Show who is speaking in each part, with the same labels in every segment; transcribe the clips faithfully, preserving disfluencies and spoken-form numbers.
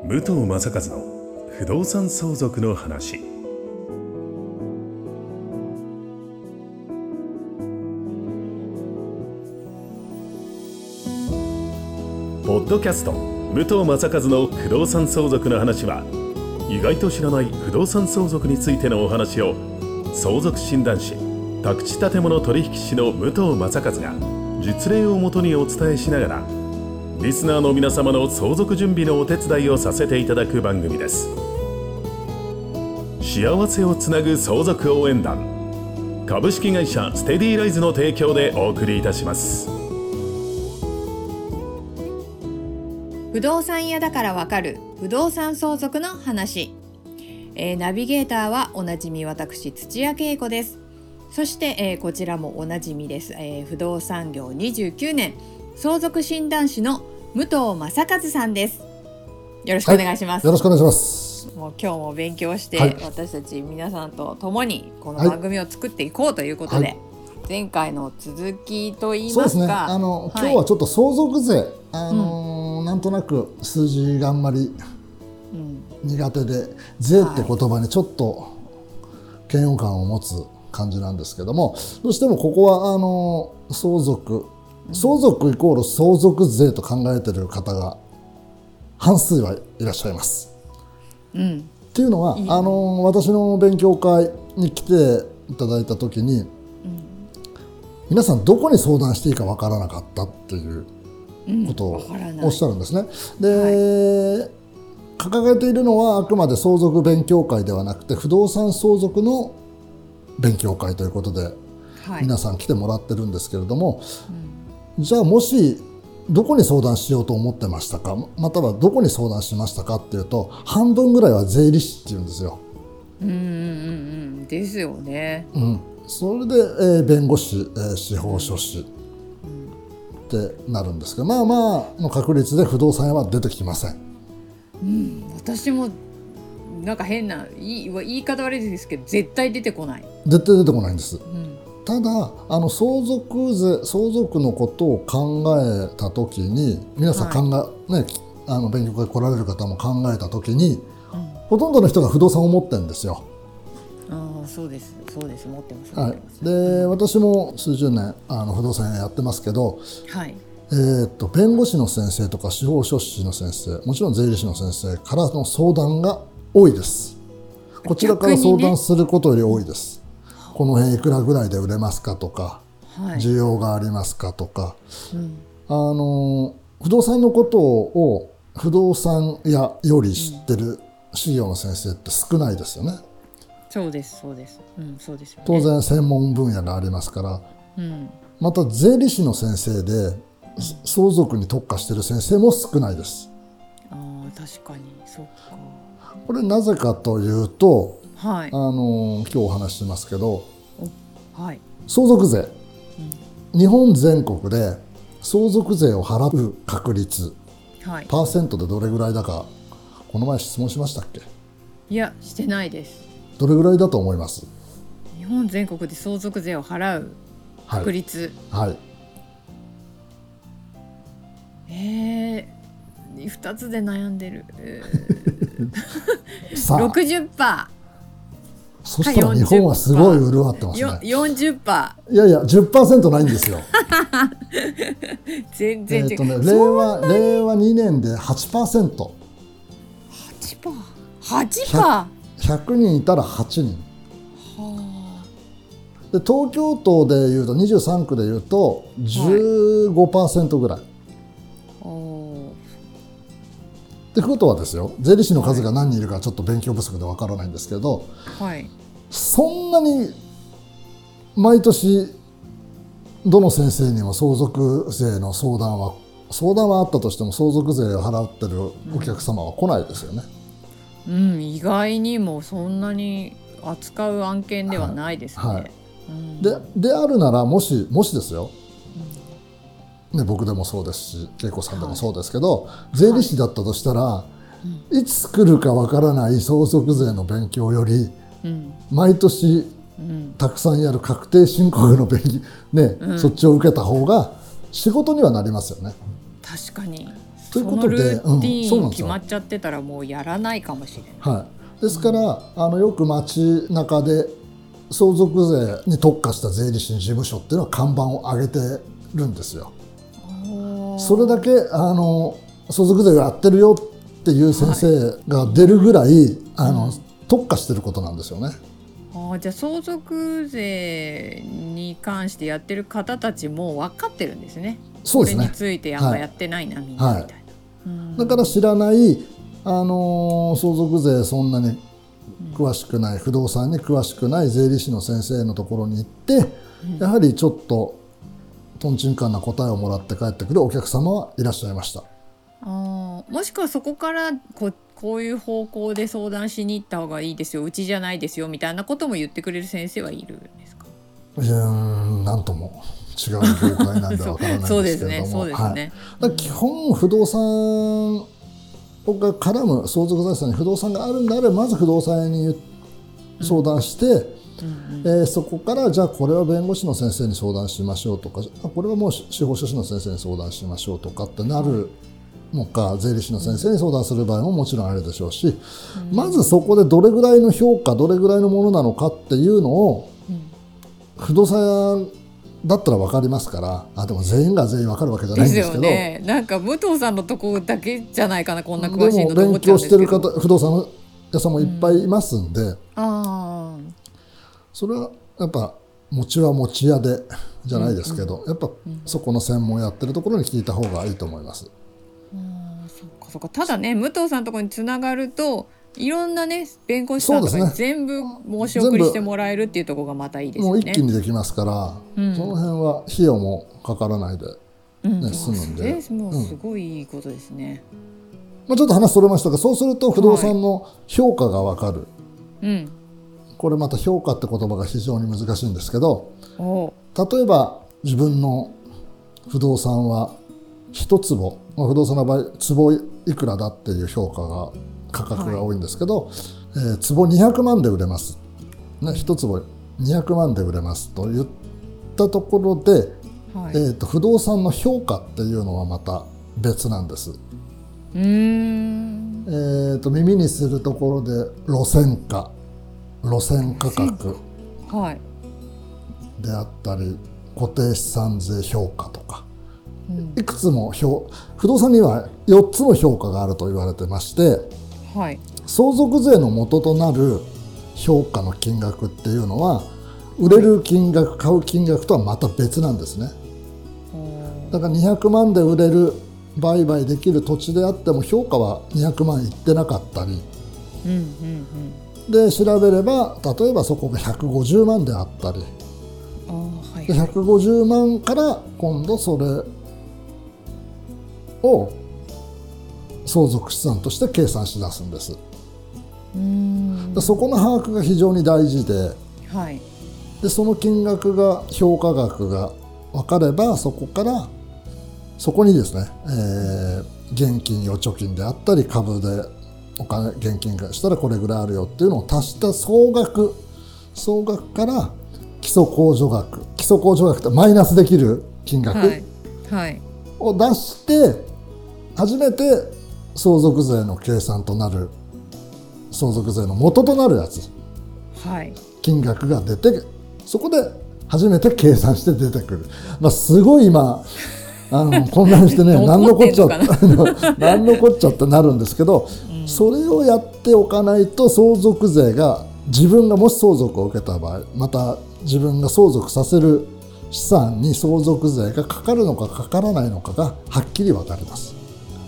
Speaker 1: 武藤正和の不動産相続の話。ポッドキャスト武藤正和の不動産相続の話は、意外と知らない不動産相続についてのお話を相続診断士、宅地建物取引士の武藤正和が実例をもとにお伝えしながら、リスナーの皆様の相続準備のお手伝いをさせていただく番組です。幸せをつなぐ相続応援団、株式会社ステディライズの提供でお送りいたします。
Speaker 2: 不動産屋だからわかる不動産相続の話、えー、ナビゲーターはおなじみ私土屋恵子です。そして、えー、こちらもおなじみです、えー、不動産業にじゅうきゅうねん相続診断士の武藤正和さんです。よろしくお願いします、
Speaker 3: はい、よろしくお願いします。
Speaker 2: もう今日も勉強して、
Speaker 3: はい、
Speaker 2: 私たち皆さんと共にこの番組を作っていこうということで、はい、前回の続きといいますか、
Speaker 3: そうですね、あの、はい、今日はちょっと相続税、あのーうん、なんとなく数字があんまり苦手で、うん、税って言葉にちょっと嫌悪感を持つ感じなんですけども、どうしてもここはあのー、相続相続イコール相続税と考えている方が半数はいらっしゃいます、うん、っていうのは、いいあの私の勉強会に来ていただいた時に、うん、皆さんどこに相談していいかわからなかったっていうことをおっしゃるんですね、うん、で、はい、掲げているのはあくまで相続勉強会ではなくて不動産相続の勉強会ということで、はい、皆さん来てもらってるんですけれども、うん、じゃあもしどこに相談しようと思ってましたか、またはどこに相談しましたかっていうと、半分ぐらいは税理士っていうんですよ。
Speaker 2: うんうんうんですよね、
Speaker 3: うん、それで、えー、弁護士、えー、司法書士ってなるんですけど、まあまあの確率で不動産屋は出てきません、
Speaker 2: うん、私もなんか変な言い、言い方悪いですけど絶対出てこない。
Speaker 3: 絶対出てこないんです、うん、ただあの相続税相続のことを考えた時に皆さん考え、はいね、あの勉強会来られる方も考えた時に、うん、ほとんどの人が不動産を持ってるんですよ。
Speaker 2: ああそうですそうです持ってます、
Speaker 3: はい、で私も数十年あの不動産屋やってますけど、はいえー、と弁護士の先生とか司法書士の先生、もちろん税理士の先生からの相談が多いです。こちらから相談することより多いです、ね、この辺いくらぐらいで売れますかとか、はい、需要がありますかとか、うん、あの不動産のことを不動産屋より知ってる資料の先生って少ないですよね。
Speaker 2: そうですそうです、うん、そうですよね。
Speaker 3: 当然専門分野がありますから、うん、また税理士の先生で、うん、相続に特化している先生も少ないです。
Speaker 2: あ確かにそうか。
Speaker 3: これなぜかというと、
Speaker 2: はい、
Speaker 3: あの今日お話ししますけど、
Speaker 2: はい、
Speaker 3: 相続税、うん、日本全国で相続税を払う確率、はい、パーセントでどれぐらいだかこの前質問しましたっけ？
Speaker 2: いやしてないです。
Speaker 3: どれぐらいだと思います？
Speaker 2: 日本全国で相続税を払う確率、はいはい、えー、ふたつで悩んでる、えー、さあ ろくじゅっパーセント。
Speaker 3: そしたら日本はすごい潤ってますね。
Speaker 2: よんじゅっパーセント。
Speaker 3: いやいや じゅっパーセント ないんですよ
Speaker 2: 全然違う、えーとね、
Speaker 3: 令和、令和にねんで はちパーセント。
Speaker 2: はちパーセント はちパーセント
Speaker 3: ひゃくにんいたらはちにん、はあ、で東京都でいうとにじゅうさんくでいうと じゅうごパーセント ぐらい、はい、ってことはですよ、税理士の数が何人いるかちょっと勉強不足でわからないんですけど、はい、そんなに毎年どの先生にも相続税の相談は相談はあったとしても相続税を払ってるお客様は来ないですよね、
Speaker 2: うんうん、意外にもそんなに扱う案件ではないですね、はいはいうん、
Speaker 3: で, であるならもしもしですよ、うんね、僕でもそうですし恵子さんでもそうですけど、はい、税理士だったとしたら、はい、いつ来るかわからない相続税の勉強より、うん、毎年、うん、たくさんやる確定申告の勉強、ねうん、そっちを受けた方が仕事にはなりますよね。
Speaker 2: 確かに
Speaker 3: ということで、
Speaker 2: そのルーティーン
Speaker 3: うんそうなんですよ
Speaker 2: 決まっちゃってたらもうやらないかもしれない。
Speaker 3: はい、ですから、あのよく街中で相続税に特化した税理士事務所っていうのは看板を上げてるんですよ。それだけあの相続税をやってるよっていう先生が出るぐらい、はい、あの特化してることなんですよね。
Speaker 2: あ、じゃあ相続税に関してやってる方たちも分かってるんですね。
Speaker 3: そうですね。
Speaker 2: これについてあんまやってないな、はい、みんなみたいな、はいうん、
Speaker 3: だから知らないあの相続税そんなに詳しくない、うん、不動産に詳しくない税理士の先生のところに行って、うん、やはりちょっととんちんかんな答えをもらって帰ってくるお客様はいらっしゃいました。
Speaker 2: あ、もしくはそこからここういう方向で相談しに行った方がいいですよ、うちじゃないですよみたいなことも言ってくれる先生はいるんですか？
Speaker 3: いやー、なんとも違う業界なんでわからないんですけれども
Speaker 2: そうですね、そうですね、
Speaker 3: はい、基本不動産が絡む相続財産に不動産があるんであればまず不動産屋に相談して、うんうんえー、そこからじゃあこれは弁護士の先生に相談しましょうとか、これはもう司法書士の先生に相談しましょうとかってなるのか、税理士の先生に相談する場合ももちろんあるでしょうし、うん、まずそこでどれぐらいの評価どれぐらいのものなのかっていうのを、うん、不動産屋だったら分かりますから。あ、でも全員が全員分かるわけじゃないんですけど、
Speaker 2: ですよね、なんか武藤さんのとこだけじゃないかな、こんな詳しいのと思っちゃうんですけど。
Speaker 3: でも勉強してる方不動産屋さんもいっぱいいますんで、うん、
Speaker 2: あ
Speaker 3: それはやっぱ持ちは持ち屋でじゃないですけど、うんうん、やっぱそこの専門やってるところに聞いた方がいいと思います。
Speaker 2: うん、そっかそっか。ただね、武藤さんのところにつながるといろんなね弁護士さんとかに全部申し送りしてもらえるっていうところがまたいいですよね。
Speaker 3: もう一気にできますから、うん、その辺は費用もかからないで、ねうん、済むんで、
Speaker 2: もうすごいいいことですね。
Speaker 3: うん、まあ、ちょっと話それましたが、そうすると不動産の評価が分かる、はい、これまた評価って言葉が非常に難しいんですけど、例えば自分の不動産は一坪、まあ、不動産の場合坪いくらだっていう評価が価格が多いんですけど、はいえー、坪にひゃくまんで売れます、ね、一坪にひゃくまんで売れますと言ったところで、はいえー、と不動産の評価っていうのはまた別なんです。うーん、えー、と耳にするところで路線価、路線価格であったり、固定資産税評価とか、うん、いくつも評不動産にはよっつの評価があると言われてまして、はい、相続税の元となる評価の金額っていうのは売れる金額、買う金額とはまた別なんですね。だからにひゃくまんで売れる売買できる土地であっても評価はにひゃくまんいってなかったり、うんうんうん、で調べれば例えばそこがひゃくごじゅうまんであったり、あ、はいはい、でひゃくごじゅうまんから今度それを相続資産として計算し出すんです。うーん、でそこの把握が非常に大事で、はい、でその金額が評価額が分かればそこからそこにですね、えー、現金預貯金であったり株でお金現金がしたらこれぐらいあるよっていうのを足した総額総額から基礎控除額基礎控除額ってマイナスできる金額を出して初めて相続税の計算となる相続税の元となるやつ、はい、金額が出てそこで初めて計算して出てくる、まあ、すごい今あの混乱してね何のこっちゃ何のこっちゃってなるんですけど、うん、それをやっておかないと相続税が自分がもし相続を受けた場合また自分が相続させる資産に相続税がかかるのかかからないのかがはっきり分かります。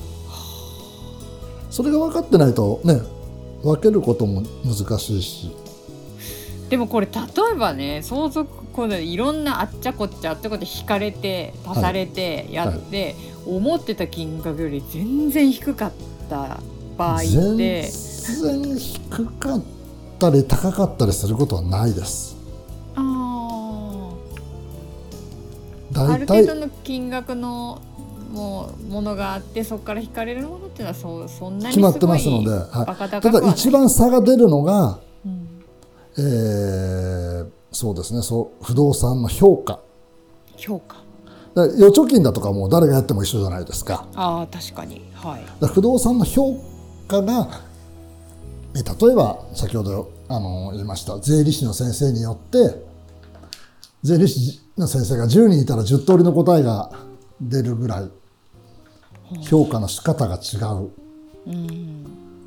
Speaker 3: それが分かってないとね分けることも難しいし。
Speaker 2: でもこれ例えばね相続これいろんなあっちゃこっちゃあっちゃこっちゃ引かれて足されてやって、はいはい、思ってた金額より全然低かった場合って全
Speaker 3: 然低かったり高かったりすることはないです。
Speaker 2: あある程度の金額のもうものがあってそこから引かれるものっていうのは そ, そんなにすごい
Speaker 3: 決まってますので、はい、ただ一番差が出るのが、うんえー、そうですねそう不動産の評価
Speaker 2: 評価
Speaker 3: だから預貯金だとかも誰がやっても一緒じゃないですか。
Speaker 2: ああ確かに、はい、
Speaker 3: だから不動産の評価が例えば先ほどあの言いました税理士の先生によって税理士の先生がじゅうにんいたらじゅう通りの答えが出るぐらい評価の仕方が違う、うん、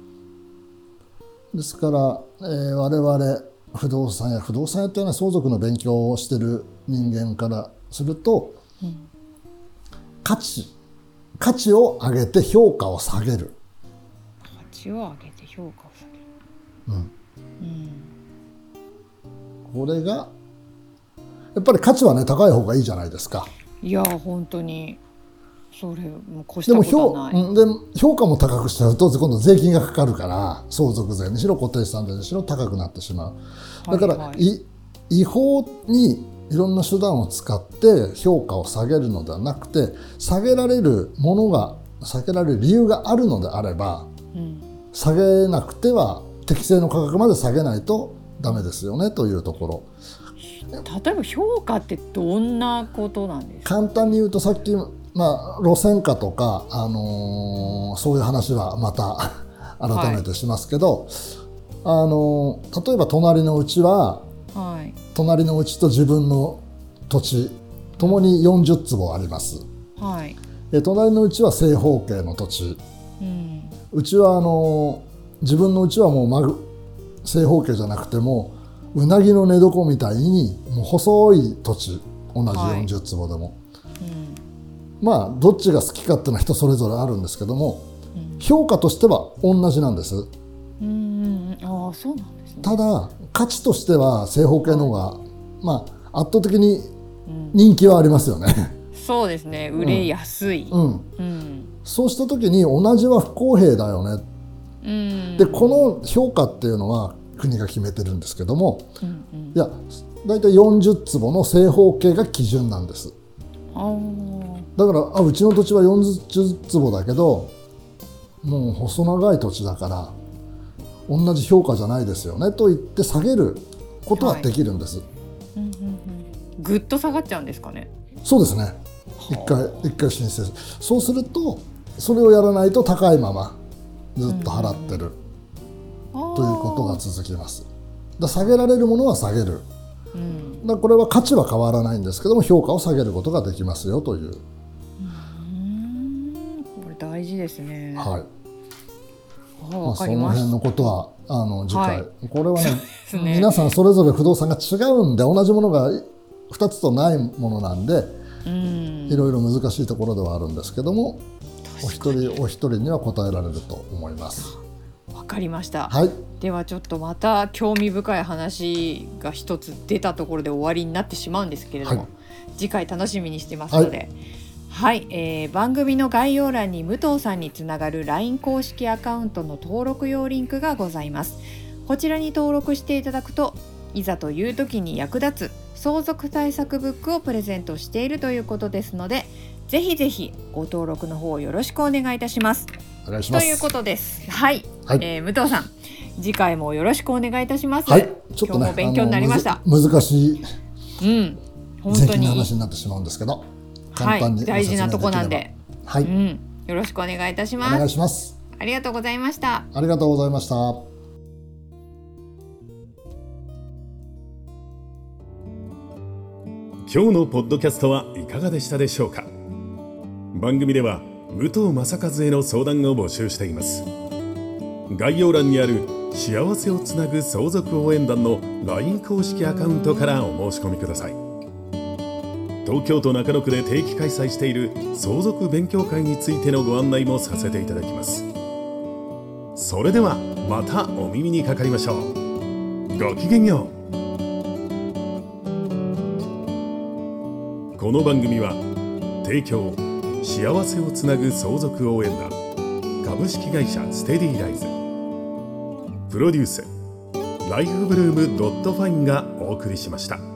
Speaker 3: ですから、えー、我々不動産屋不動産屋というのは相続の勉強をしている人間からすると、うん、価値価値を上げて評価を下げる
Speaker 2: 価値を上げて評価を下げる、うん
Speaker 3: うん、これがやっぱり価値はね高い方がいいじゃないですか。
Speaker 2: いや本当にそれも越したことはない。
Speaker 3: でも 評, で評価も高くしちゃうと今度税金がかかるから相続税にしろ固定資産税にしろ高くなってしまう。だから、はいはい、違法にいろんな手段を使って評価を下げるのではなくて下げられるものが下げられる理由があるのであれば、うん、下げなくては適正の価格まで下げないとダメですよねというところ。
Speaker 2: 例えば評価ってどんなことなんですか？
Speaker 3: 簡単に言うとさっき、まあ、路線価とか、あのー、そういう話はまた改めてしますけど、はい、あのー、例えば隣のうちは、はい、隣のうちと自分の土地ともによんじゅう坪あります、はい、え隣のうちは正方形の土地、うん、うちはあのー、自分のうちはもう、ま、正方形じゃなくてもうなぎの寝床みたいにもう細い土地同じよんじゅう坪でも、はいうん、まあどっちが好きかっていうのは人それぞれあるんですけども、うん、評価としては同じなんです。
Speaker 2: うん、ああそうなんですね。
Speaker 3: ただ価値としては正方形の方が、はいまあ、圧倒的に人気はありますよね、
Speaker 2: うん、そうですね売れやすい、
Speaker 3: うんうん、そうした時に同じは不公平だよね、うん、でこの評価っていうのは国が決めてるんですけども、うんうん、いやだいたいよんじゅう坪の正方形が基準なんです。あだからあうちの土地はよんじゅう坪だけどもう細長い土地だから同じ評価じゃないですよねと言って下げることはできるんです、はい
Speaker 2: うんうんうん、ぐっと下がっちゃうんですかね。
Speaker 3: そうですね一回一回申請そうするとそれをやらないと高いままずっと払ってる、うんうん、ということが続きます。だ下げられるものは下げる、うん、だこれは価値は変わらないんですけども評価を下げることができますよという。うー
Speaker 2: んこれ大事ですね。
Speaker 3: はい。
Speaker 2: あ
Speaker 3: まあ、その辺のことはあの次回、はい、これは ね, ね皆さんそれぞれ不動産が違うんで同じものがふたつとないものなんで、うん、いろいろ難しいところではあるんですけどもお一人お一人には答えられると思います。
Speaker 2: わかりました、
Speaker 3: はい、
Speaker 2: ではちょっとまた興味深い話が一つ出たところで終わりになってしまうんですけれども、はい、次回楽しみにしてますので、はいはい、えー、番組の概要欄に武藤さんにつながる ライン 公式アカウントの登録用リンクがございます。こちらに登録していただくといざという時に役立つ相続対策ブックをプレゼントしているということですのでぜひぜひご登録の方よろしくお願いいたします。
Speaker 3: お願いします。
Speaker 2: ということです。はい、
Speaker 3: はい
Speaker 2: えー、武藤さん次回もよろしくお願いいたします。
Speaker 3: はい、ちょっとね、
Speaker 2: 今日も勉強になりました。
Speaker 3: 難しい、
Speaker 2: うん、本当に
Speaker 3: 税金の話になってしまうんですけど簡単に
Speaker 2: はい、大事なとこなんで、
Speaker 3: はい、うん、
Speaker 2: よろしくお願いいたします。
Speaker 3: お願いします。
Speaker 2: ありがとうございました。
Speaker 3: ありがとうございました。
Speaker 1: 今日のポッドキャストはいかがでしたでしょうか。番組では武藤正和への相談を募集しています。概要欄にある幸せをつなぐ相続応援団の ライン 公式アカウントからお申し込みください。東京都中野区で定期開催している相続勉強会についてのご案内もさせていただきます。それではまたお耳にかかりましょう。ごきげんよう。この番組は提供幸せをつなぐ相続応援団株式会社ステディライズプロデュースライフブルームドットファインがお送りしました。